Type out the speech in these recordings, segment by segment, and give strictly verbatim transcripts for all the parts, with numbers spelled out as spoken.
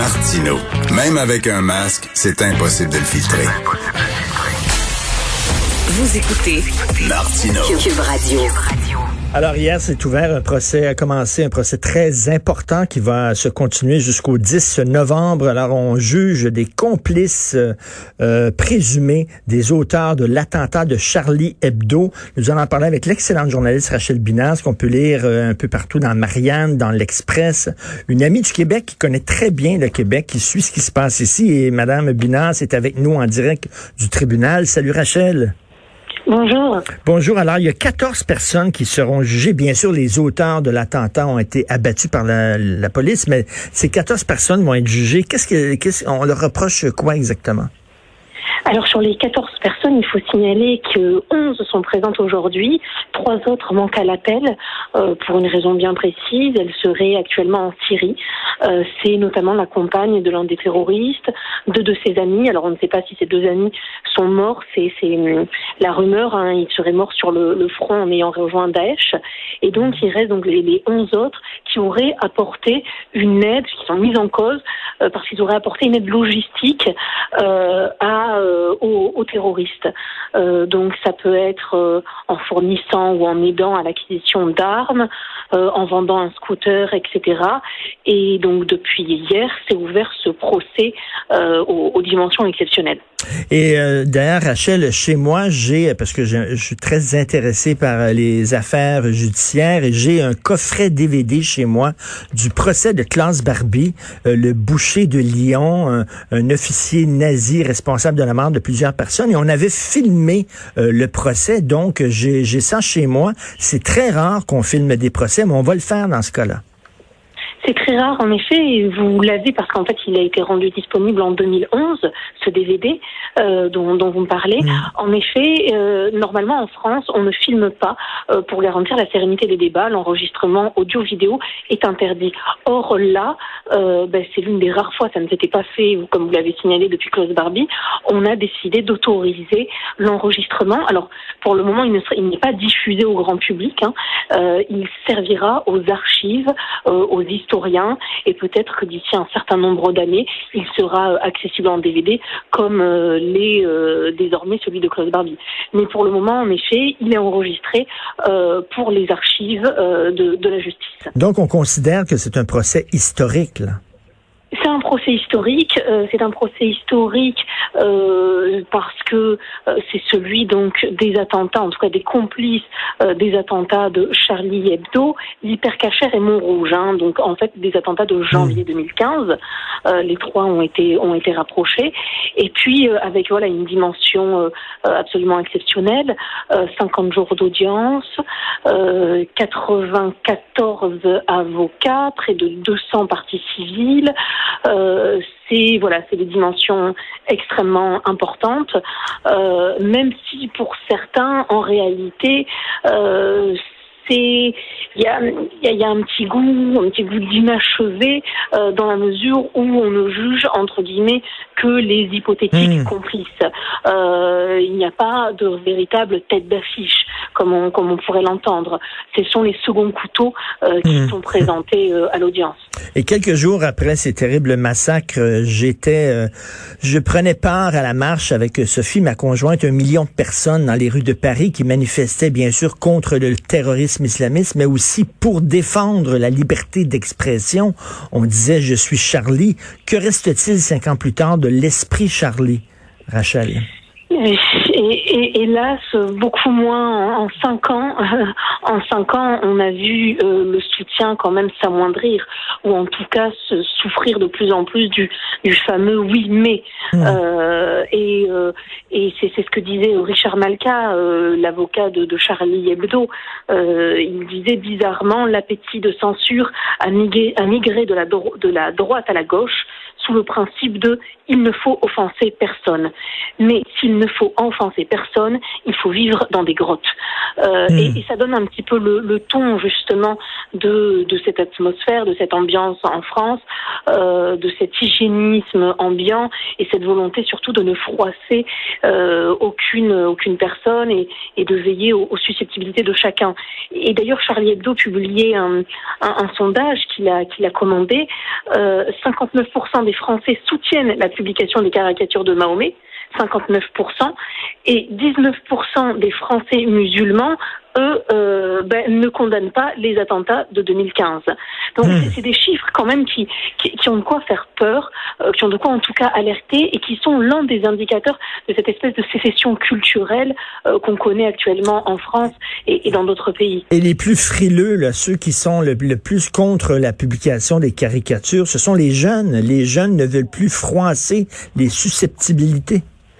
Martineau. Même avec un masque, c'est impossible de le filtrer. Vous écoutez Martineau. Cube Radio. Alors hier, c'est ouvert un procès, a commencé un procès très important qui va se continuer jusqu'au dix novembre. Alors on juge des complices euh, présumés des auteurs de l'attentat de Charlie Hebdo. Nous allons en parler avec l'excellente journaliste Rachel Binas, qu'on peut lire euh, un peu partout dans Marianne, dans l'Express. Une amie du Québec qui connaît très bien le Québec, qui suit ce qui se passe ici. Et Madame Binas est avec nous en direct du tribunal. Salut Rachel. Bonjour. Bonjour. Alors, il y a quatorze personnes qui seront jugées. Bien sûr, les auteurs de l'attentat ont été abattus par la, la police, mais ces quatorze personnes vont être jugées. Qu'est-ce que, qu'est-ce, on leur reproche quoi exactement? Alors, sur les quatorze personnes, il faut signaler que onze sont présentes aujourd'hui. Trois autres manquent à l'appel euh, pour une raison bien précise. Elles seraient actuellement en Syrie. Euh, c'est notamment la compagne de l'un des terroristes, deux de ses amis. Alors, on ne sait pas si ces deux amis sont morts. C'est, c'est la rumeur. Hein. Ils seraient morts sur le, le front en ayant rejoint Daesh. Et donc, il reste donc les, les onze autres qui auraient apporté une aide, qui sont mises en cause euh, parce qu'ils auraient apporté une aide logistique euh, à euh, Aux, aux terroristes. Euh, donc ça peut être euh, en fournissant ou en aidant à l'acquisition d'armes, euh, en vendant un scooter, et cetera. Et donc depuis hier, c'est ouvert ce procès euh, aux, aux dimensions exceptionnelles. Et euh, d'ailleurs, Rachel, chez moi, j'ai, parce que je, je suis très intéressé par les affaires judiciaires, et j'ai un coffret D V D chez moi du procès de Klaus Barbie, euh, le boucher de Lyon, un, un officier nazi responsable de la mort de plusieurs personnes, et on avait filmé euh, le procès, donc j'ai, j'ai ça chez moi. C'est très rare qu'on filme des procès, mais on va le faire dans ce cas-là. C'est très rare, en effet, et vous l'avez parce qu'en fait, il a été rendu disponible en deux mille onze, ce D V D euh, dont, dont vous me parlez. Mmh. En effet, euh, normalement, en France, on ne filme pas euh, pour garantir la sérénité des débats. L'enregistrement audio-vidéo est interdit. Or, là, euh, ben, c'est l'une des rares fois, ça ne s'était pas fait, comme vous l'avez signalé depuis Klaus Barbie, on a décidé d'autoriser l'enregistrement. Alors, pour le moment, il ne sera, il n'est pas diffusé au grand public. Hein. Euh, il servira aux archives, euh, aux historiens, et peut-être que d'ici un certain nombre d'années, il sera accessible en D V D comme euh, l'est euh, désormais celui de Klaus Barbie. Mais pour le moment, en effet, il est enregistré euh, pour les archives euh, de, de la justice. Donc, on considère que c'est un procès historique, là. C'est un procès historique. Euh, c'est un procès historique euh, parce que euh, c'est celui donc des attentats, en tout cas des complices euh, des attentats de Charlie Hebdo, l'Hypercacher et Montrouge. Hein, donc en fait des attentats de janvier deux mille quinze. Euh, les trois ont été ont été rapprochés. Et puis euh, avec voilà une dimension euh, absolument exceptionnelle, euh, cinquante jours d'audience, euh, quatre-vingt-quatorze avocats, près de deux cents parties civiles. Euh, c'est voilà, c'est des dimensions extrêmement importantes, euh, même si pour certains, en réalité, euh, c'est il y a il y, y a un petit goût, un petit goût d'inachevé euh, dans la mesure où on ne juge entre guillemets que les hypothétiques mmh. complices. Euh, il n'y a pas de véritable tête d'affiche comme on comme on pourrait l'entendre. Ce sont les seconds couteaux euh, qui mmh. sont présentés euh, à l'audience. Et quelques jours après ces terribles massacres, j'étais, euh, je prenais part à la marche avec Sophie, ma conjointe, un million de personnes dans les rues de Paris qui manifestaient bien sûr contre le terrorisme islamiste, mais aussi pour défendre la liberté d'expression. On disait « Je suis Charlie ». Que reste-t-il cinq ans plus tard de l'esprit Charlie, Rachel? Et, et, hélas, beaucoup moins en cinq ans. En cinq ans, on a vu euh, le soutien quand même s'amoindrir, ou en tout cas se souffrir de plus en plus du, du fameux oui mais. Mmh. Euh, et euh, et c'est, c'est ce que disait Richard Malka, euh, l'avocat de, de Charlie Hebdo. Euh, il disait bizarrement l'appétit de censure a migré, a migré de la dro- de la droite à la gauche, sous le principe de « il ne faut offenser personne ». Mais s'il ne faut offenser personne, il faut vivre dans des grottes. Euh, mmh. et, et ça donne un petit peu le, le ton, justement, de, de cette atmosphère, de cette ambiance en France, euh, de cet hygiénisme ambiant et cette volonté surtout de ne froisser euh, aucune, aucune personne et, et de veiller aux, aux susceptibilités de chacun. Et d'ailleurs, Charlie Hebdo publiait un, un, un sondage qu'il a, qu'il a commandé. Euh, cinquante-neuf pour cent des Français soutiennent la publication des caricatures de Mahomet, cinquante-neuf pour cent, et dix-neuf pour cent des Français musulmans, eux, euh, ben, ne condamnent pas les attentats de deux mille quinze. Donc mmh. c'est, c'est des chiffres quand même qui, qui, qui ont de quoi faire peur, euh, qui ont de quoi en tout cas alerter, et qui sont l'un des indicateurs de cette espèce de sécession culturelle euh, qu'on connaît actuellement en France et, et dans d'autres pays. Et les plus frileux, là, ceux qui sont le, le plus contre la publication des caricatures, ce sont les jeunes. Les jeunes ne veulent plus froisser les susceptibilités.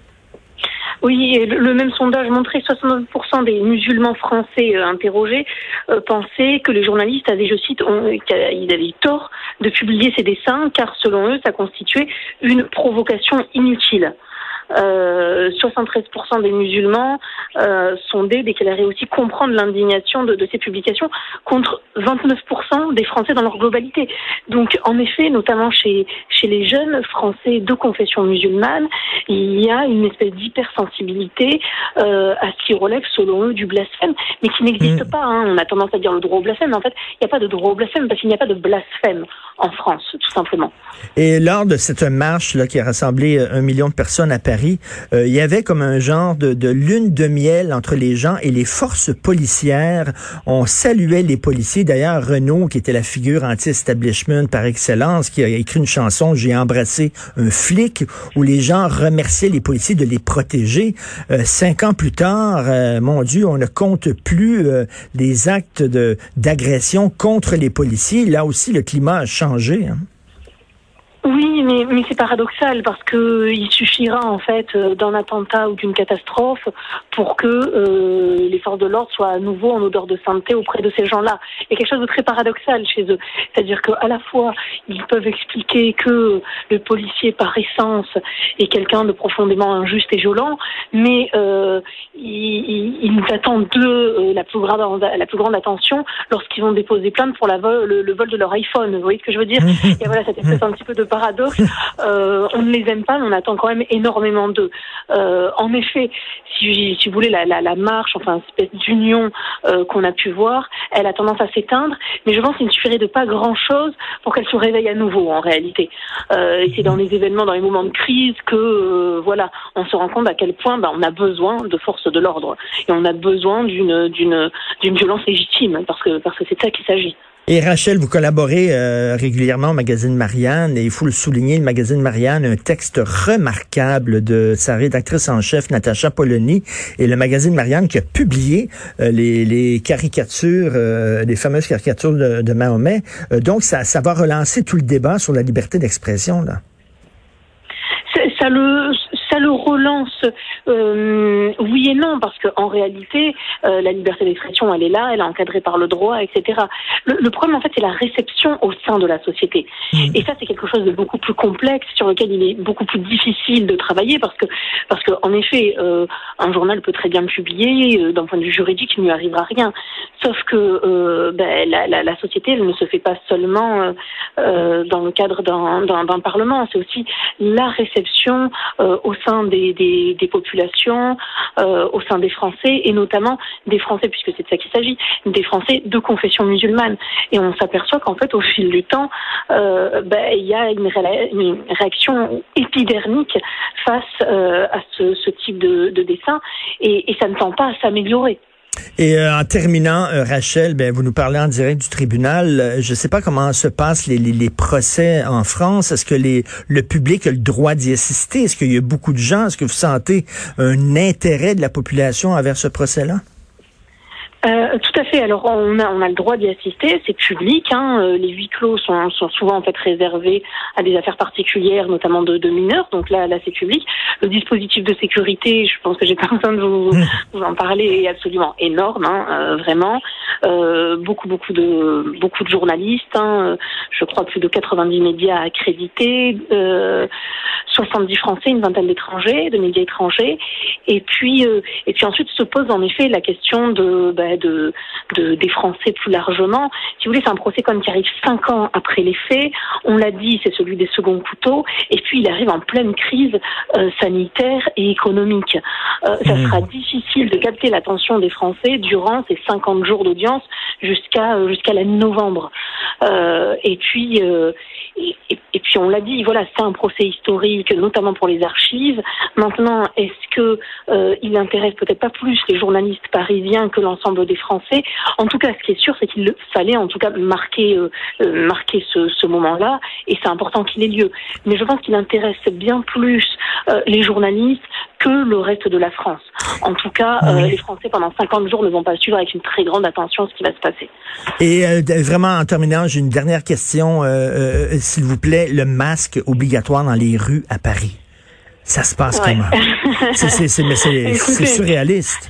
Oui, le, le même sondage montrait que soixante-neuf pour cent des musulmans français euh, interrogés euh, pensaient que les journalistes avaient, je cite, on, qu'ils avaient eu tort de publier ces dessins, car selon eux, ça constituait une provocation inutile. Euh, soixante-treize pour cent des musulmans euh, sondés déclaraient aussi comprendre l'indignation de, de ces publications, contre vingt-neuf pour cent des Français dans leur globalité. Donc, en effet, notamment chez chez les jeunes Français de confession musulmane, il y a une espèce d'hypersensibilité euh, à ce qui relève, selon eux, du blasphème, mais qui n'existe mmh. pas. Hein. On a tendance à dire le droit au blasphème, mais en fait, il n'y a pas de droit au blasphème parce qu'il n'y a pas de blasphème en France, tout simplement. Et lors de cette marche là qui a rassemblé un million de personnes à Paris, euh, il y avait comme un genre de, de lune de miel entre les gens et les forces policières. On saluait les policiers. D'ailleurs, Renaud, qui était la figure anti-establishment par excellence, qui a écrit une chanson « J'ai embrassé un flic » où les gens remerciaient les policiers de les protéger. Euh, cinq ans plus tard, euh, mon Dieu, on ne compte plus euh, les actes de d'agression contre les policiers. Là aussi, le climat a changé. Hein. Oui, mais, mais c'est paradoxal parce que il suffira en fait d'un attentat ou d'une catastrophe pour que euh, les forces de l'ordre soient à nouveau en odeur de sainteté auprès de ces gens-là. Il y a quelque chose de très paradoxal chez eux. C'est-à-dire qu'à la fois, ils peuvent expliquer que le policier par essence est quelqu'un de profondément injuste et violent, mais euh, ils, ils attendent d'eux euh, la plus grande, la plus grande attention lorsqu'ils vont déposer plainte pour la vol, le, le vol de leur iPhone. Vous voyez ce que je veux dire? Et voilà, cette espèce un petit peu de paradoxe. Euh, on ne les aime pas, mais on attend quand même énormément d'eux. Euh, en effet, si, si vous voulez, la, la, la marche, enfin, une espèce d'union euh, qu'on a pu voir, elle a tendance à s'éteindre, mais je pense qu'il ne suffirait de pas grand-chose pour qu'elle se réveille à nouveau, en réalité. Euh, et c'est dans les événements, dans les moments de crise que, euh, voilà, on se rend compte à quel point bah, on a besoin de forces de l'ordre. Et on a besoin d'une, d'une, d'une violence légitime, parce que, parce que c'est de ça qu'il s'agit. Et Rachel, vous collaborez euh, régulièrement au magazine Marianne, et il faut le souligner, le magazine Marianne a un texte remarquable de sa rédactrice en chef, Natacha Polony, et le magazine Marianne qui a publié euh, les, les caricatures, euh, les fameuses caricatures de, de Mahomet. Euh, donc, ça, ça va relancer tout le débat sur la liberté d'expression, là. Ça le, ça le relance, euh, oui et non, parce qu'en réalité, euh, la liberté d'expression, elle est là, elle est encadrée par le droit, et cetera. Le, le problème, en fait, c'est la réception au sein de la société. Mmh. Et ça, c'est quelque chose de beaucoup plus complexe, sur lequel il est beaucoup plus difficile de travailler, parce que, parce que, en effet, euh, un journal peut très bien le publier, euh, d'un point de vue juridique, il ne lui arrivera rien. Sauf que euh, ben, la, la, la société, elle ne se fait pas seulement euh, euh, dans le cadre d'un, d'un, d'un parlement, c'est aussi la réception Euh, au sein des, des, des populations, euh, au sein des Français, et notamment des Français, puisque c'est de ça qu'il s'agit, des Français de confession musulmane. Et on s'aperçoit qu'en fait, au fil du temps, euh, ben, il y a une, ré- une réaction épidermique face euh, à ce, ce type de, de dessin, et, et ça ne tend pas à s'améliorer. Et euh, en terminant, euh, Rachel, ben vous nous parlez en direct du tribunal. Euh, je ne sais pas comment se passent les, les, les procès en France. Est-ce que les, le public a le droit d'y assister? Est-ce qu'il y a beaucoup de gens? Est-ce que vous sentez un intérêt de la population envers ce procès-là? Euh, tout à fait. Alors on a on a le droit d'y assister, c'est public. Hein. Les huis clos sont sont souvent en fait réservés à des affaires particulières, notamment de, de mineurs. Donc là là c'est public. Le dispositif de sécurité, je pense que j'ai pas besoin de vous, mmh. vous en parler, est absolument énorme, hein, euh, vraiment. Euh, beaucoup beaucoup de beaucoup de journalistes. Hein, je crois plus de quatre-vingt-dix médias accrédités, euh, soixante-dix Français, une vingtaine d'étrangers, de médias étrangers. Et puis euh, et puis ensuite se pose en effet la question de bah, De, de, des Français plus largement. Si vous voulez, c'est un procès comme qui arrive cinq ans après les faits. On l'a dit, c'est celui des seconds couteaux. Et puis, il arrive en pleine crise euh, sanitaire et économique. Euh, ça mmh. sera difficile de capter l'attention des Français durant ces cinquante jours d'audience jusqu'à euh, jusqu'à la mi-novembre. Euh, et puis, euh, et, et, et puis si on l'a dit, voilà, c'est un procès historique, notamment pour les archives. Maintenant, est-ce que euh, il intéresse peut-être pas plus les journalistes parisiens que l'ensemble des Français? En tout cas, ce qui est sûr, c'est qu'il fallait en tout cas marquer, euh, euh, marquer ce, ce moment-là, et c'est important qu'il ait lieu. Mais je pense qu'il intéresse bien plus euh, les journalistes que le reste de la France. En tout cas, euh, oui. les Français, pendant cinquante jours, ne vont pas suivre avec une très grande attention ce qui va se passer. Et euh, vraiment, en terminant, j'ai une dernière question, euh, euh, s'il vous plaît, le masque obligatoire dans les rues à Paris. Ça se passe ouais. comment? C'est, c'est, c'est, mais c'est, Écoutez, c'est surréaliste.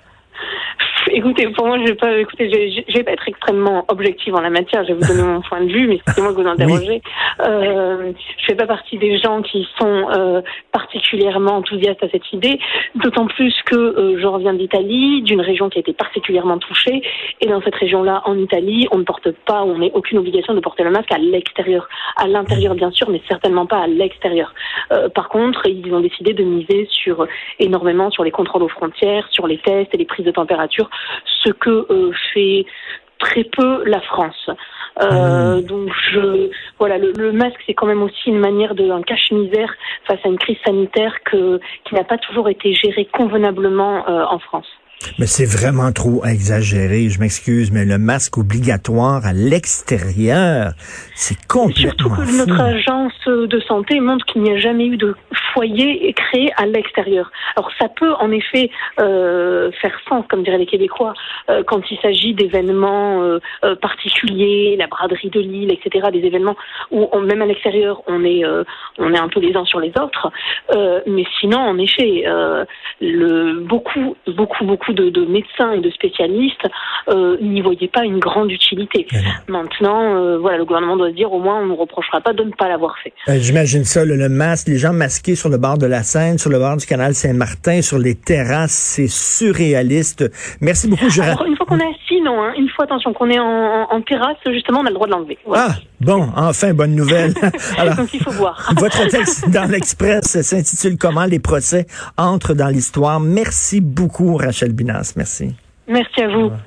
Écoutez, pour moi, je vais pas, écoutez, je, je vais pas être extrêmement objective en la matière. Je vais vous donner mon point de vue, mais c'est moi que vous interrogez. Oui. Euh, je fais pas partie des gens qui sont euh, particulièrement enthousiastes à cette idée, d'autant plus que euh, je reviens d'Italie, d'une région qui a été particulièrement touchée, et dans cette région-là, en Italie, on ne porte pas, on n'a aucune obligation de porter le masque à l'extérieur, à l'intérieur bien sûr, mais certainement pas à l'extérieur. Euh, par contre, ils ont décidé de miser sur énormément sur les contrôles aux frontières, sur les tests et les prises de température, ce que euh, fait très peu la France. Euh, mmh. Donc je voilà le, le masque c'est quand même aussi une manière de un cache-misère face à une crise sanitaire que qui n'a pas toujours été gérée convenablement euh, en France. Mais c'est vraiment trop exagéré, je m'excuse, mais le masque obligatoire à l'extérieur, c'est complètement Surtout que fou. Notre agence de santé montre qu'il n'y a jamais eu de foyer créé à l'extérieur. Alors ça peut en effet euh, faire sens, comme diraient les Québécois, euh, quand il s'agit d'événements euh, euh, particuliers, la braderie de Lille, et cetera, des événements où on, même à l'extérieur on est euh, on est un peu les uns sur les autres. Euh, mais sinon, en effet, euh, le beaucoup beaucoup beaucoup De, de médecins et de spécialistes euh, n'y voyaient pas une grande utilité. Mmh. Maintenant, euh, voilà, le gouvernement doit se dire au moins on ne nous reprochera pas de ne pas l'avoir fait. Euh, j'imagine ça, le, le masque, les gens masqués sur le bord de la Seine, sur le bord du canal Saint-Martin, sur les terrasses, c'est surréaliste. Merci beaucoup. Je... Alors, une fois qu'on est assis, non, hein, une fois, attention, qu'on est en, en, en terrasse, justement, on a le droit de l'enlever. Voilà. Ah, bon, enfin, bonne nouvelle. Alors, donc il faut voir. Votre texte dans l'Express s'intitule « Comment les procès entrent dans l'histoire ». Merci beaucoup, Rachel Binas. Merci. Merci à vous.